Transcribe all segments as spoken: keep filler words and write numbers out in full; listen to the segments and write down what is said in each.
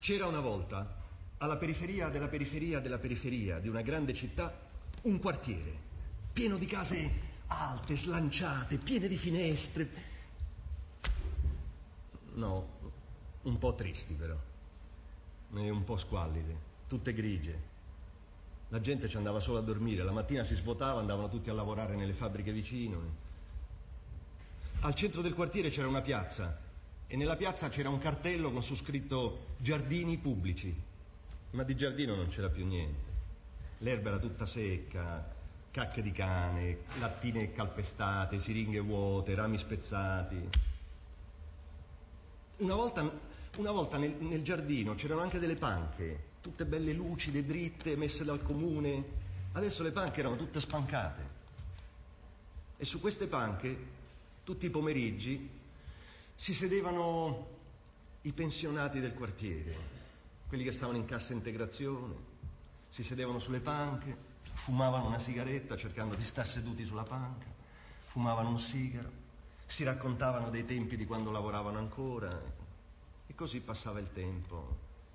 C'era una volta, alla periferia della periferia della periferia di una grande città, un quartiere pieno di case alte, slanciate, piene di finestre. No, un po' tristi però, e un po' squallide, tutte grigie. La gente ci andava solo a dormire, la mattina si svuotava, andavano tutti a lavorare nelle fabbriche vicino. Al centro del quartiere c'era una piazza e nella piazza c'era un cartello con su scritto giardini pubblici, ma di giardino non c'era più niente. L'erba era tutta secca, cacche di cane, lattine calpestate, siringhe vuote, rami spezzati. Una volta, una volta nel, nel giardino c'erano anche delle panche, tutte belle lucide, dritte, messe dal comune. Adesso le panche erano tutte spancate. E su queste panche, tutti i pomeriggi, si sedevano i pensionati del quartiere, quelli che stavano in cassa integrazione, si sedevano sulle panche, fumavano una sigaretta cercando di star seduti sulla panca, fumavano un sigaro, si raccontavano dei tempi di quando lavoravano ancora e così passava il tempo.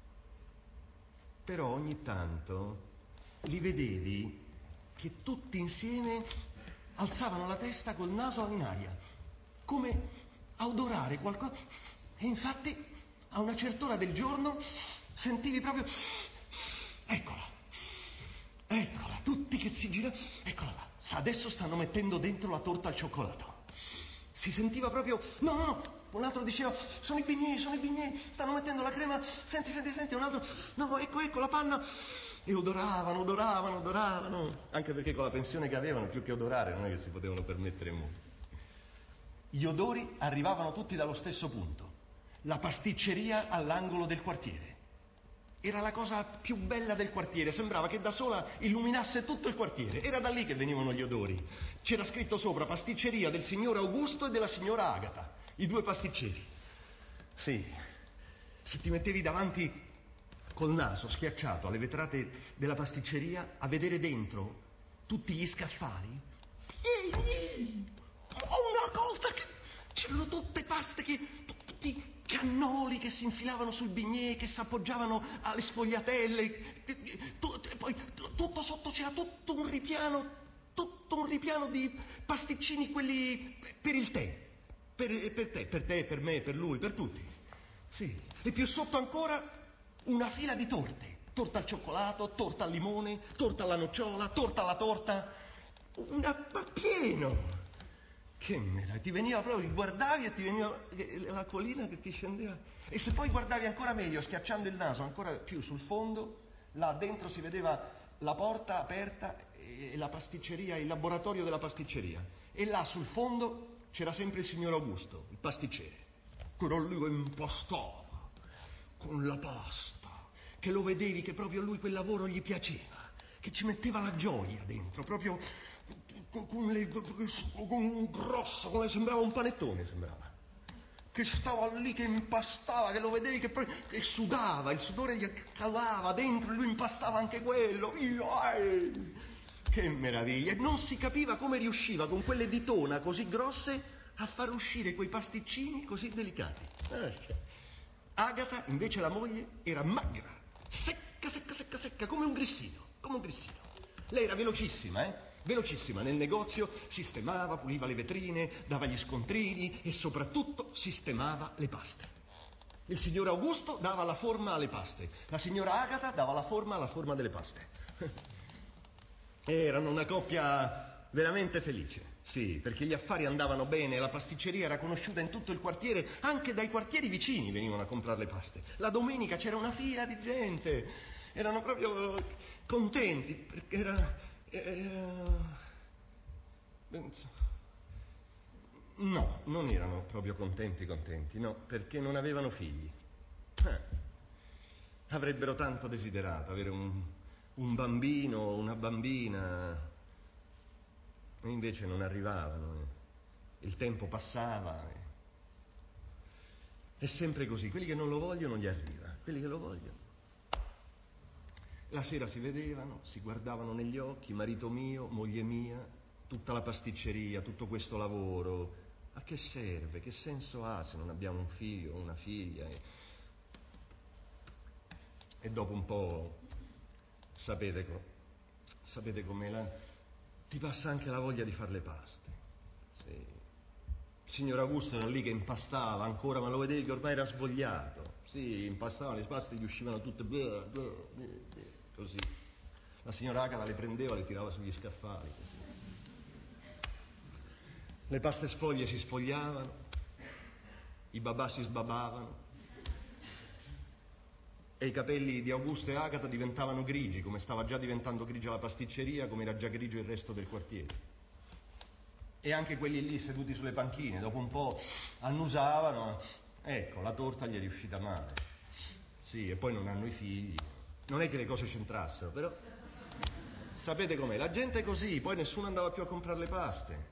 Però ogni tanto li vedevi che tutti insieme alzavano la testa col naso in aria, come a odorare qualcosa, e infatti a una certa ora del giorno sentivi proprio, eccola, eccola, tutti che si giravano, eccola là, adesso stanno mettendo dentro la torta al cioccolato. Si sentiva proprio, no, no, no, un altro diceva, sono i bignè, sono i bignè, stanno mettendo la crema, senti, senti, senti, un altro, no, ecco, ecco la panna, e odoravano, odoravano, odoravano, anche perché con la pensione che avevano, più che odorare, non è che si potevano permettere molto. Gli odori arrivavano tutti dallo stesso punto, la pasticceria all'angolo del quartiere. Era la cosa più bella del quartiere, sembrava che da sola illuminasse tutto il quartiere. Era da lì che venivano gli odori. C'era scritto sopra pasticceria del signor Augusto e della signora Agata, i due pasticceri. Sì, se ti mettevi davanti col naso schiacciato alle vetrate della pasticceria a vedere dentro tutti gli scaffali, ehi, una cosa che c'erano tutte paste, che tutti cannoli che si infilavano sul bignè, che si appoggiavano alle sfogliatelle, e poi tutto sotto c'era tutto un ripiano, tutto un ripiano di pasticcini, quelli per il tè, per, per te, per te, per me, per lui, per tutti. Sì, e più sotto ancora una fila di torte, torta al cioccolato, torta al limone, torta alla nocciola, torta alla torta, una, ma pieno. Che meraviglia, ti veniva proprio, guardavi e ti veniva l'acquolina che ti scendeva. E se poi guardavi ancora meglio, schiacciando il naso ancora più sul fondo, là dentro si vedeva la porta aperta e la pasticceria, il laboratorio della pasticceria. E là sul fondo c'era sempre il signor Augusto, il pasticcere, quello lì che impastava con la pasta, che lo vedevi che proprio a lui quel lavoro gli piaceva, che ci metteva la gioia dentro, proprio con, con, le, con un grosso, come sembrava un panettone, sembrava, che stava lì, che impastava, che lo vedevi che, poi, che sudava, il sudore gli calava dentro e lui impastava anche quello. Che meraviglia! E non si capiva come riusciva con quelle ditona così grosse a far uscire quei pasticcini così delicati. Agata, invece, la moglie, era magra, secca, secca, secca, secca, come un grissino, come un grissino. Lei era velocissima, eh? Velocissima, nel negozio sistemava, puliva le vetrine, dava gli scontrini e soprattutto sistemava le paste. Il signor Augusto dava la forma alle paste, la signora Agata dava la forma alla forma delle paste. Erano una coppia veramente felice, sì, perché gli affari andavano bene, la pasticceria era conosciuta in tutto il quartiere, anche dai quartieri vicini venivano a comprare le paste. La domenica c'era una fila di gente, erano proprio contenti, perché era... era... No, non erano proprio contenti contenti, no, perché non avevano figli. Eh, avrebbero tanto desiderato avere un, un bambino o una bambina, e invece non arrivavano. Eh. Il tempo passava. Eh. È sempre così, quelli che non lo vogliono non gli arriva, quelli che lo vogliono. La sera si vedevano, si guardavano negli occhi, marito mio, moglie mia, tutta la pasticceria, tutto questo lavoro. A che serve? Che senso ha se non abbiamo un figlio o una figlia? e dopo un po', sapete, co- sapete com'è, la... ti passa anche la voglia di fare le paste. Sì. Il signor Augusto era lì che impastava ancora, ma lo vedevi che ormai era svogliato. Sì, impastavano le paste, gli uscivano tutte così. La signora Agata le prendeva, le tirava sugli scaffali. Così. Le paste sfoglie si sfogliavano, i babà si sbabavano e i capelli di Augusto e Agata diventavano grigi, come stava già diventando grigia la pasticceria, come era già grigio il resto del quartiere. E anche quelli lì seduti sulle panchine, dopo un po' annusavano, ecco, la torta gli è riuscita male. Sì, e poi non hanno i figli. Non è che le cose c'entrassero, però sapete com'è, la gente è così, poi nessuno andava più a comprare le paste.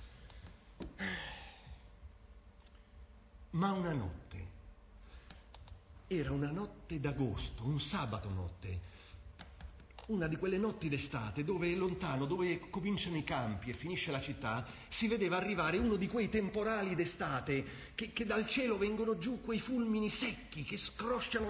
Ma una notte, era una notte d'agosto, un sabato notte, una di quelle notti d'estate dove lontano, dove cominciano i campi e finisce la città, si vedeva arrivare uno di quei temporali d'estate che, che dal cielo vengono giù quei fulmini secchi che scrosciano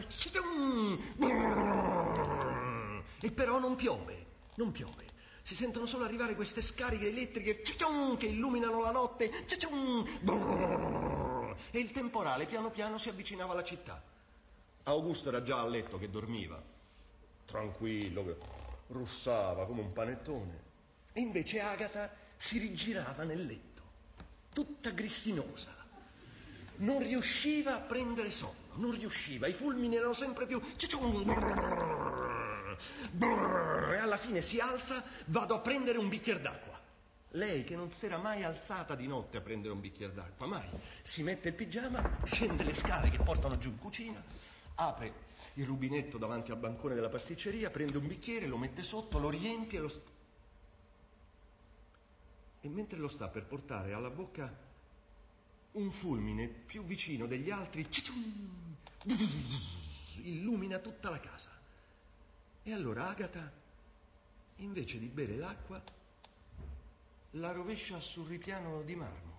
e però non piove, non piove. Si sentono solo arrivare queste scariche elettriche che illuminano la notte e il temporale piano piano si avvicinava alla città. Augusto era già a letto che dormiva, tranquillo, che russava come un panettone. E invece Agata si rigirava nel letto, tutta grissinosa. Non riusciva a prendere sonno, non riusciva. I fulmini erano sempre più... E alla fine si alza, vado a prendere un bicchiere d'acqua. Lei che non si era mai alzata di notte a prendere un bicchiere d'acqua, mai. Si mette il pigiama, scende le scale che portano giù in cucina, apre il rubinetto davanti al bancone della pasticceria, prende un bicchiere, lo mette sotto, lo riempie e lo... E mentre lo sta per portare alla bocca, un fulmine più vicino degli altri illumina tutta la casa. E allora Agata, invece di bere l'acqua, la rovescia sul ripiano di marmo.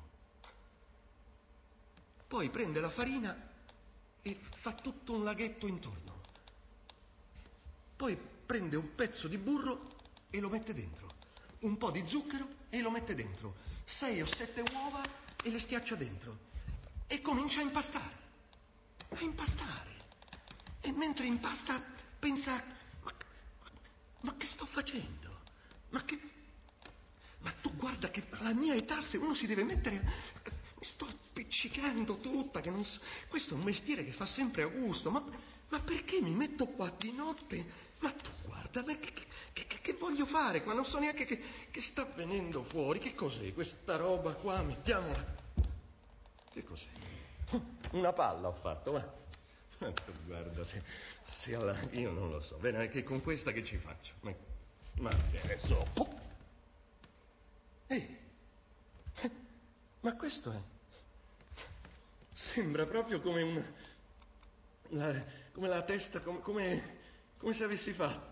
Poi prende la farina e fa tutto un laghetto intorno. Poi prende un pezzo di burro e lo mette dentro, un po' di zucchero e lo mette dentro, sei o sette uova e le schiaccia dentro e comincia a impastare, a impastare. E mentre impasta pensa, ma, ma che sto facendo? Ma che... Ma tu guarda che alla mia età se uno si deve mettere... Mi sto appiccicando tutta, che non so... Questo è un mestiere che fa sempre Augusto, ma, ma perché mi metto qua di notte? Ma tu guarda, ma che, che, che, che voglio fare qua? Non so neanche che, che sta venendo fuori. Che cos'è questa roba qua? Mettiamola. Che cos'è? Una palla ho fatto, ma... ma tu guarda, se, se alla... io non lo so. Bene, che con questa che ci faccio? Ma, ma che ne so... Oh. Ehi, ma questo è... Sembra proprio come un... La, come la testa, come, come, come se avessi fatto...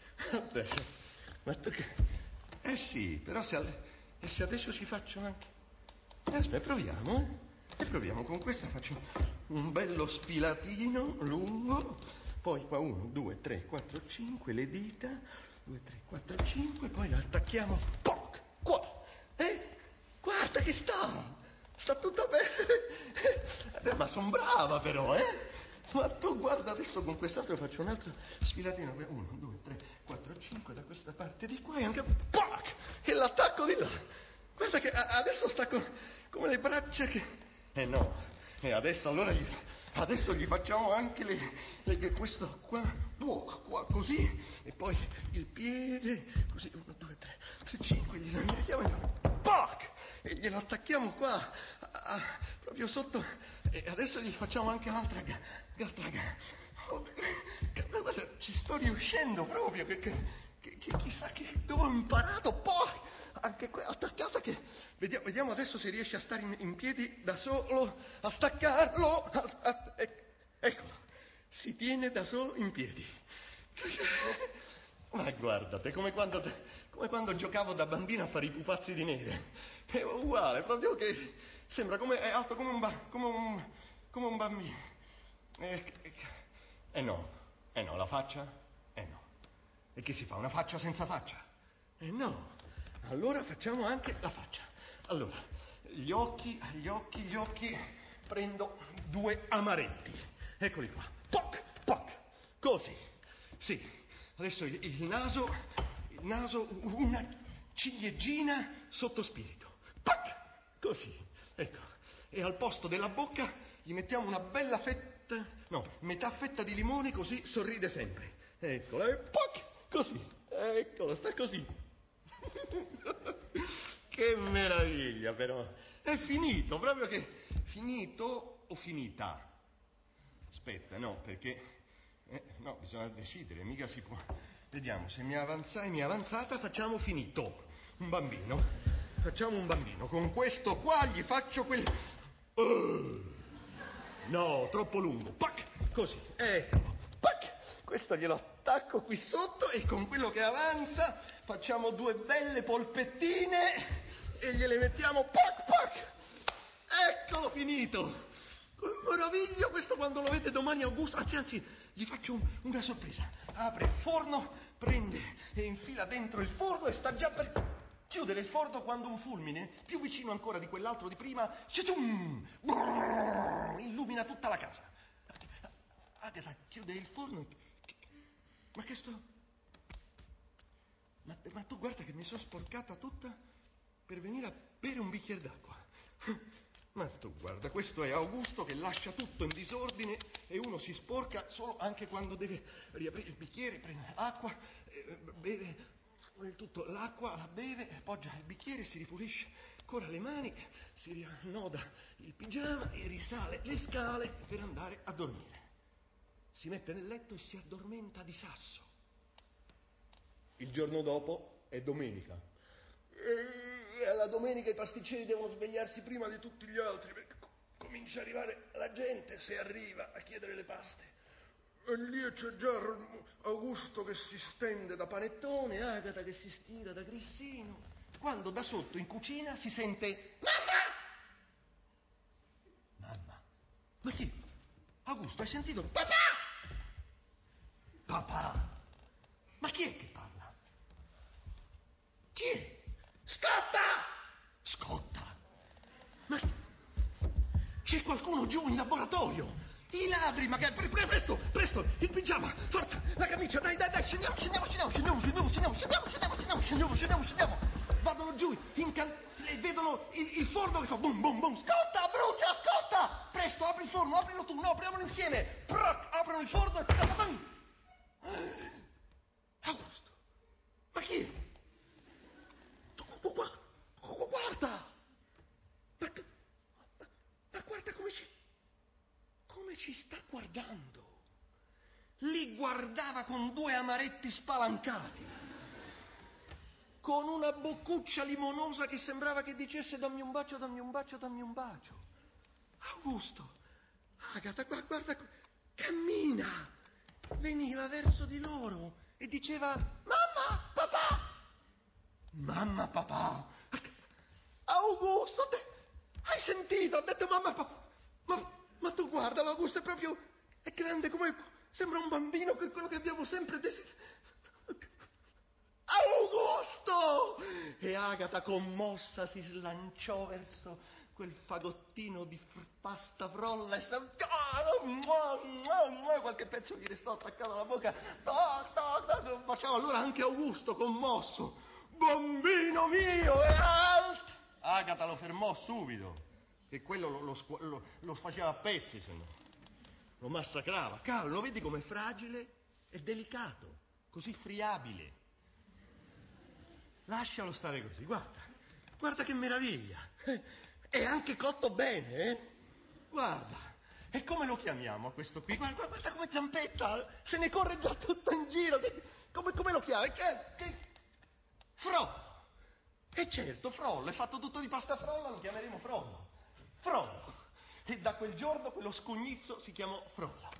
Ma tu che... Eh sì, però se, e se adesso ci faccio anche... Eh, aspetta, proviamo, eh? E proviamo, con questa faccio un bello sfilatino lungo, poi qua uno, due, tre, quattro, cinque, le dita, due, tre, quattro, cinque, poi la attacchiamo, poc, qua, eh? Guarda che sta, sta tutta bene, ma son brava però, eh? Ma tu guarda, adesso con quest'altro faccio un altro sfilatino, uno, due, tre, quattro, cinque, da questa parte di qua e anche, poc, e l'attacco di là. Guarda che adesso sta con, come le braccia che... Eh no, e adesso allora gli, adesso gli facciamo anche le, le questo qua, poc, qua, così, e poi il piede, così, uno, due, tre, tre, cinque, glielo mettiamo, poc, e glielo attacchiamo qua, a, a, proprio sotto, e adesso gli facciamo anche l'altra, l'altra, oh, guarda, ci sto riuscendo proprio, che, che, che, che chissà che, dove ho imparato, poc, anche qua attaccata che vediamo, vediamo adesso se riesce a stare in, in piedi da solo, a staccarlo, a, a, e, eccolo, si tiene da solo in piedi. Ma guardate, come quando, come quando giocavo da bambino a fare i pupazzi di neve, è uguale, proprio che sembra come, è alto come un, ba, come un, come un bambino. E eh, eh no, Eh no, la faccia? Eh no. E che si fa? Una faccia senza faccia? Eh no. Allora facciamo anche la faccia. Allora, gli occhi, gli occhi, gli occhi, prendo due amaretti. Eccoli qua. Poc, poc. Così. Sì. Adesso il, il naso, il naso, una ciliegina sotto spirito. Poc. Così. Ecco. E al posto della bocca gli mettiamo una bella fetta, no, metà fetta di limone, così sorride sempre. Eccolo. E poc. Così. Eccolo, sta così. Che meraviglia, però. È finito, proprio che... Finito o finita? Aspetta, no, perché... Eh, no, bisogna decidere, mica si può... Vediamo, se mi avanza, mi è avanzata, facciamo finito. Un bambino. Facciamo un bambino. Con questo qua gli faccio quel... Uh, no, troppo lungo. Pac! Così, eccolo. Pac! Questo glielo attacco qui sotto e con quello che avanza facciamo due belle polpettine e gliele mettiamo pac pac. Eccolo finito. Che meraviglia questo, quando lo vede domani Augusto. Anzi, anzi, gli faccio un, una sorpresa. Apre il forno, prende e infila dentro il forno e sta già per chiudere il forno quando un fulmine, più vicino ancora di quell'altro di prima, illumina tutta la casa. Agata chiude il forno e... Ma che sto... Ma, ma tu guarda che mi sono sporcata tutta per venire a bere un bicchiere d'acqua. Ma tu guarda, questo è Augusto che lascia tutto in disordine e uno si sporca solo anche quando deve riaprire il bicchiere, prende acqua, eh, beve tutto, l'acqua la beve, appoggia il bicchiere, si ripulisce ancora le mani, si riannoda il pigiama e risale le scale per andare a dormire. Si mette nel letto e si addormenta di sasso. Il giorno dopo è domenica. E alla domenica i pasticceri devono svegliarsi prima di tutti gli altri perché comincia a arrivare la gente, se arriva, a chiedere le paste. E lì c'è già Augusto che si stende da panettone, Agata che si stira da grissino, quando da sotto in cucina si sente mamma! Mamma? Ma chi? Augusto, hai sentito? Papà! Papà! Ma chi è che parla? Chi è? Scotta! Scotta? Ma c'è qualcuno giù in laboratorio? I ladri, magari, pre- pre- presto, presto, il pigiama, forza, la camicia, dai, dai, dai, scendiamo, scendiamo, scendiamo, scendiamo, scendiamo, scendiamo, scendiamo, scendiamo, scendiamo, scendiamo, scendiamo, scendiamo, vadano giù, incan- e vedono il, il forno che fa bum, bum, bum, scotta, brucia, scotta, presto, apri il forno, aprilo tu, no, apriamolo insieme, proc, aprono il forno e ta-ta-tam. Augusto, ma chi è? Guarda, ma, ma, ma guarda come ci... come ci sta guardando. Li guardava con due amaretti spalancati, con una boccuccia limonosa che sembrava che dicesse dammi un bacio, dammi un bacio, dammi un bacio. Augusto, Agata, guarda, cammina, veniva verso di loro e diceva mamma, papà, mamma, papà. Augusto, te... hai sentito? Ha detto mamma, papà. Ma, ma tu guarda, Augusto è proprio, è grande come, sembra un bambino, che è quello che abbiamo sempre desiderato. Augusto! E Agata, commossa, si slanciò verso quel fagottino di fr- pasta frolla e sa... qualche pezzo gli restò attaccato alla bocca. Toc, toc, toc, se lo baciava. Allora anche Augusto, commosso, bambino mio, è alto. Agata lo fermò subito, che quello lo, lo, lo, lo faceva a pezzi, se no lo massacrava. Calmo, lo vedi com'è fragile e delicato, così friabile. Lascialo stare così, guarda, guarda che meraviglia. È anche cotto bene, eh? Guarda, e come lo chiamiamo a questo qui? Guarda, guarda come zampetta, se ne corre già tutto in giro. Come, come lo chiami? Che, che... Frollo. E certo, Frollo, è fatto tutto di pasta frolla, lo chiameremo Frollo. Frollo. E da quel giorno quello scugnizzo si chiamò Frollo.